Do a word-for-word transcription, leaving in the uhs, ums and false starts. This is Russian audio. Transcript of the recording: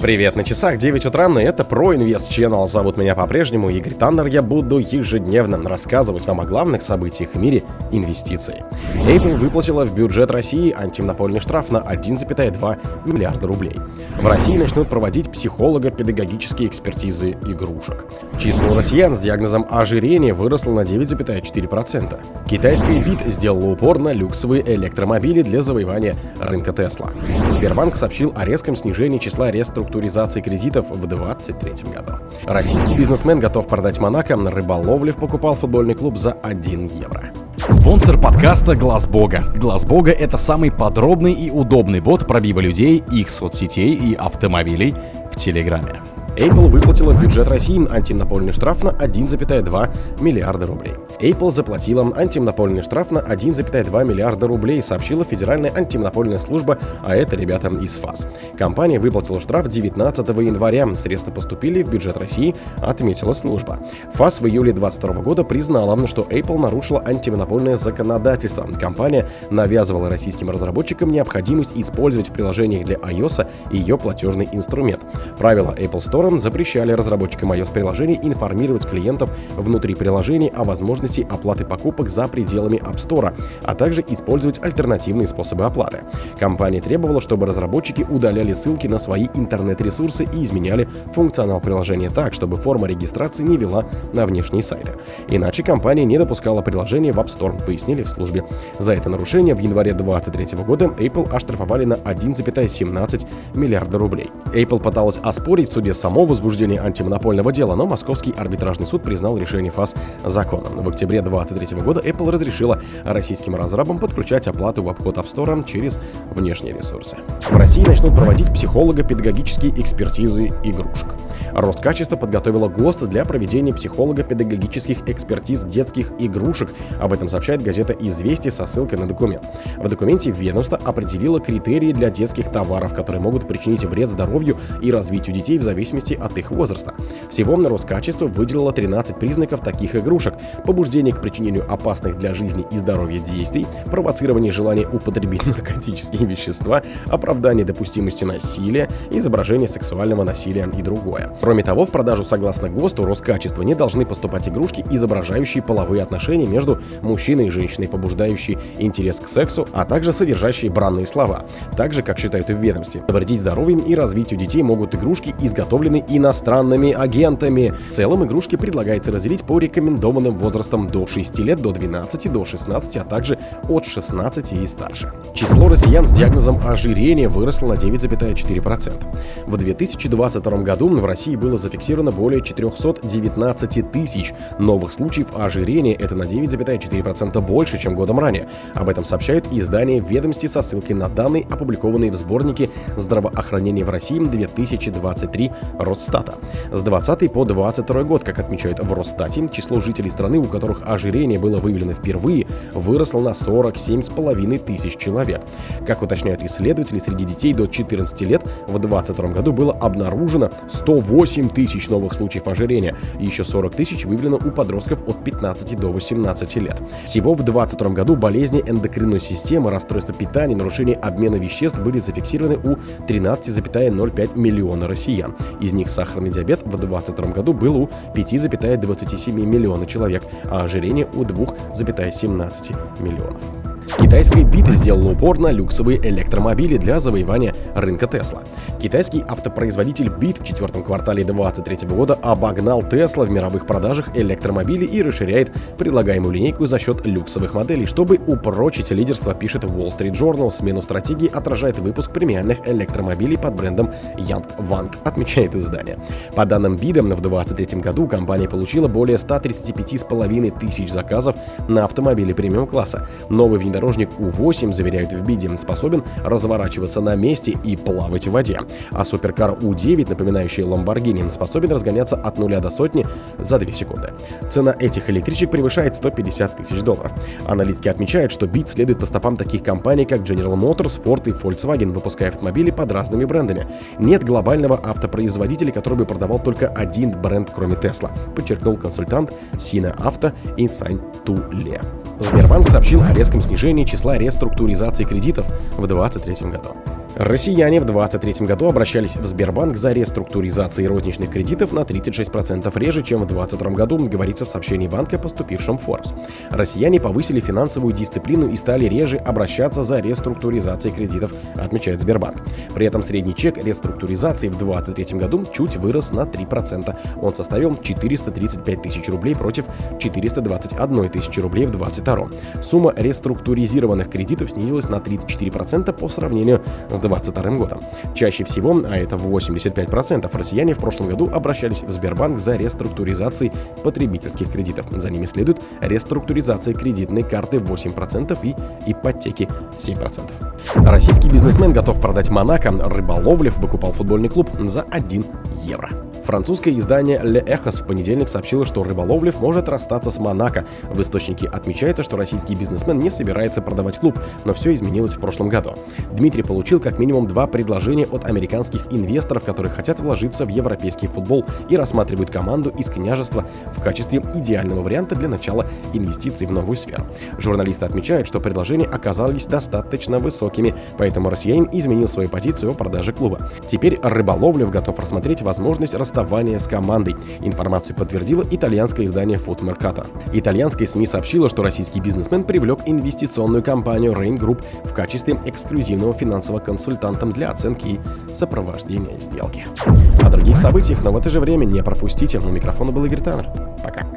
Привет, на часах девять утра, и это ProInvest Channel. Зовут меня по-прежнему Игорь Таннер. Я буду ежедневно рассказывать вам о главных событиях в мире инвестиций. Apple выплатила в бюджет России антимонопольный штраф на один целых два миллиарда рублей. В России начнут проводить психолого-педагогические экспертизы игрушек. Число россиян с диагнозом ожирения выросло на девять целых четыре десятых процента. Китайская Бит сделала упор на люксовые электромобили для завоевания рынка Tesla. Сбербанк сообщил о резком снижении числа реструктуризации кредитов в две тысячи двадцать третьем году. Российский бизнесмен готов продать Монако. Рыболовлев покупал футбольный клуб за один евро. Спонсор подкаста Глаз Бога. Глаз Бога — это самый подробный и удобный бот пробива людей, их соцсетей и автомобилей в Телеграме. Apple выплатила в бюджет России антимонопольный штраф на один целых два миллиарда рублей. Apple заплатила антимонопольный штраф на один целых два миллиарда рублей, сообщила Федеральная антимонопольная служба, а это ребята из ФАС. Компания выплатила штраф девятнадцатого января. Средства поступили в бюджет России, отметила служба. ФАС в июле две тысячи двадцать второго года признала, что Apple нарушила антимонопольное законодательство. Компания навязывала российским разработчикам необходимость использовать в приложениях для iOS ее платежный инструмент. Правила Apple Store запрещали разработчикам iOS-приложений информировать клиентов внутри приложений о возможности оплаты покупок за пределами App Store, а также использовать альтернативные способы оплаты. Компания требовала, чтобы разработчики удаляли ссылки на свои интернет-ресурсы и изменяли функционал приложения так, чтобы форма регистрации не вела на внешние сайты. Иначе компания не допускала приложение в App Store, пояснили в службе. За это нарушение в январе две тысячи двадцать третьего года Apple оштрафовали на один целых семнадцать миллиарда рублей. Apple пыталась оспорить в суде само возбуждение антимонопольного дела, но Московский арбитражный суд признал решение ФАС законом. В октябре две тысячи двадцать третьего года Apple разрешила российским разрабам подключать оплату в обход App Store через внешние ресурсы. В России начнут проводить психолого-педагогические экспертизы игрушек. Роскачество подготовило ГОСТ для проведения психолого-педагогических экспертиз детских игрушек. Об этом сообщает газета «Известия» со ссылкой на документ. В документе ведомство определило критерии для детских товаров, которые могут причинить вред здоровью и развитию детей в зависимости от их возраста. Всего Роскачество выделило тринадцать признаков таких игрушек: побуждение к причинению опасных для жизни и здоровья действий, провоцирование желания употребить наркотические вещества, оправдание допустимости насилия, изображение сексуального насилия и другое. Кроме того, в продажу согласно ГОСТу Роскачества не должны поступать игрушки, изображающие половые отношения между мужчиной и женщиной, побуждающие интерес к сексу, а также содержащие бранные слова. Также, как считают в ведомстве, навредить здоровью и развитию детей могут игрушки, изготовленные иностранными агентами. В целом, игрушки предлагается разделить по рекомендованным возрастам: до шести лет, до двенадцати, до шестнадцати, а также от шестнадцати и старше. Число россиян с диагнозом ожирения выросло на девять целых четыре десятых процента. В две тысячи двадцать втором году в России было зафиксировано более четырехсот девятнадцати тысяч новых случаев ожирения. Это на девять целых четыре десятых процента больше, чем годом ранее. Об этом сообщают издания «Ведомости» со ссылкой на данные, опубликованные в сборнике «Здравоохранение в России две тысячи двадцать три» Росстата. С двадцатого по двадцать второй год, как отмечают в Росстате, число жителей страны, у которых ожирение было выявлено впервые, выросло на сорок семь с половиной тысяч человек. Как уточняют исследователи, среди детей до четырнадцати лет в двадцать втором году было обнаружено сто восемь тысяч новых случаев ожирения, и еще сорок тысяч выявлено у подростков от пятнадцати до восемнадцати лет. Всего в двадцать втором году болезни эндокринной системы, расстройства питания, нарушения обмена веществ были зафиксированы у тринадцати целых ноль пять сотых миллиона россиян. Из них сахарный диабет в двадцать втором году был у пяти целых двадцати семи миллиона человек, а ожирение у двух целых семнадцати миллионов. Китайская Бит сделала упор на люксовые электромобили для завоевания рынка Tesla. Китайский автопроизводитель Бит в четвертом квартале две тысячи двадцать третьего года обогнал Tesla в мировых продажах электромобилей и расширяет предлагаемую линейку за счет люксовых моделей, чтобы упрочить лидерство, пишет Wall Street Journal. Смену стратегии отражает выпуск премиальных электромобилей под брендом Yang Wang, отмечает издание. По данным Бида, в две тысячи двадцать третьем году компания получила более ста тридцати пяти с половиной тысяч заказов на автомобили премиум-класса. Новый внедорожник У восемь, заверяют в Биде, способен разворачиваться на месте и плавать в воде. А суперкар У девять, напоминающий Lamborghini, способен разгоняться от нуля до сотни за две секунды. Цена этих электричек превышает сто пятьдесят тысяч долларов. Аналитики отмечают, что Бит следует по стопам таких компаний, как General Motors, Ford и Volkswagen, выпуская автомобили под разными брендами. Нет глобального автопроизводителя, который бы продавал только один бренд, кроме Tesla, подчеркнул консультант Сина Авто Инсайн Туле. Сбербанк сообщил о резком снижении числа реструктуризации кредитов в две тысячи двадцать третьем году. Россияне в две тысячи двадцать третьем году обращались в Сбербанк за реструктуризацией розничных кредитов на тридцать шесть процентов реже, чем в две тысячи двадцать втором году, говорится в сообщении банка, поступившем в Forbes. Россияне повысили финансовую дисциплину и стали реже обращаться за реструктуризацией кредитов, отмечает Сбербанк. При этом средний чек реструктуризации в две тысячи двадцать третьем году чуть вырос на три процента. Он составил четыреста тридцать пять тысяч рублей против четыреста двадцать одной тысячи рублей в две тысячи двадцать втором. Сумма реструктуризированных кредитов снизилась на тридцать четыре процента по сравнению с две тысячи двадцать вторым годом. Чаще всего, а это восемьдесят пять процентов, россияне в прошлом году обращались в Сбербанк за реструктуризацией потребительских кредитов. За ними следует реструктуризация кредитной карты восемь процентов и ипотеки семь процентов. Российский бизнесмен готов продать Монако. Рыболовлев выкупал футбольный клуб за один евро. Французское издание Le Echos в понедельник сообщило, что Рыболовлев может расстаться с Монако. В источнике отмечается, что российский бизнесмен не собирается продавать клуб, но все изменилось в прошлом году. Дмитрий получил как минимум два предложения от американских инвесторов, которые хотят вложиться в европейский футбол и рассматривают команду из княжества в качестве идеального варианта для начала инвестиций в новую сферу. Журналисты отмечают, что предложения оказались достаточно высокими, поэтому россиянин изменил свою позицию о продаже клуба. Теперь Рыболовлев готов рассмотреть возможность расставания с командой. Информацию подтвердило итальянское издание Food Mercato. Итальянская СМИ сообщила, что российский бизнесмен привлек инвестиционную компанию Rain Group в качестве эксклюзивного финансового консультанта для оценки и сопровождения сделки. О других событиях, но в это же время не пропустите. У микрофона был Игорь Таннер. Пока.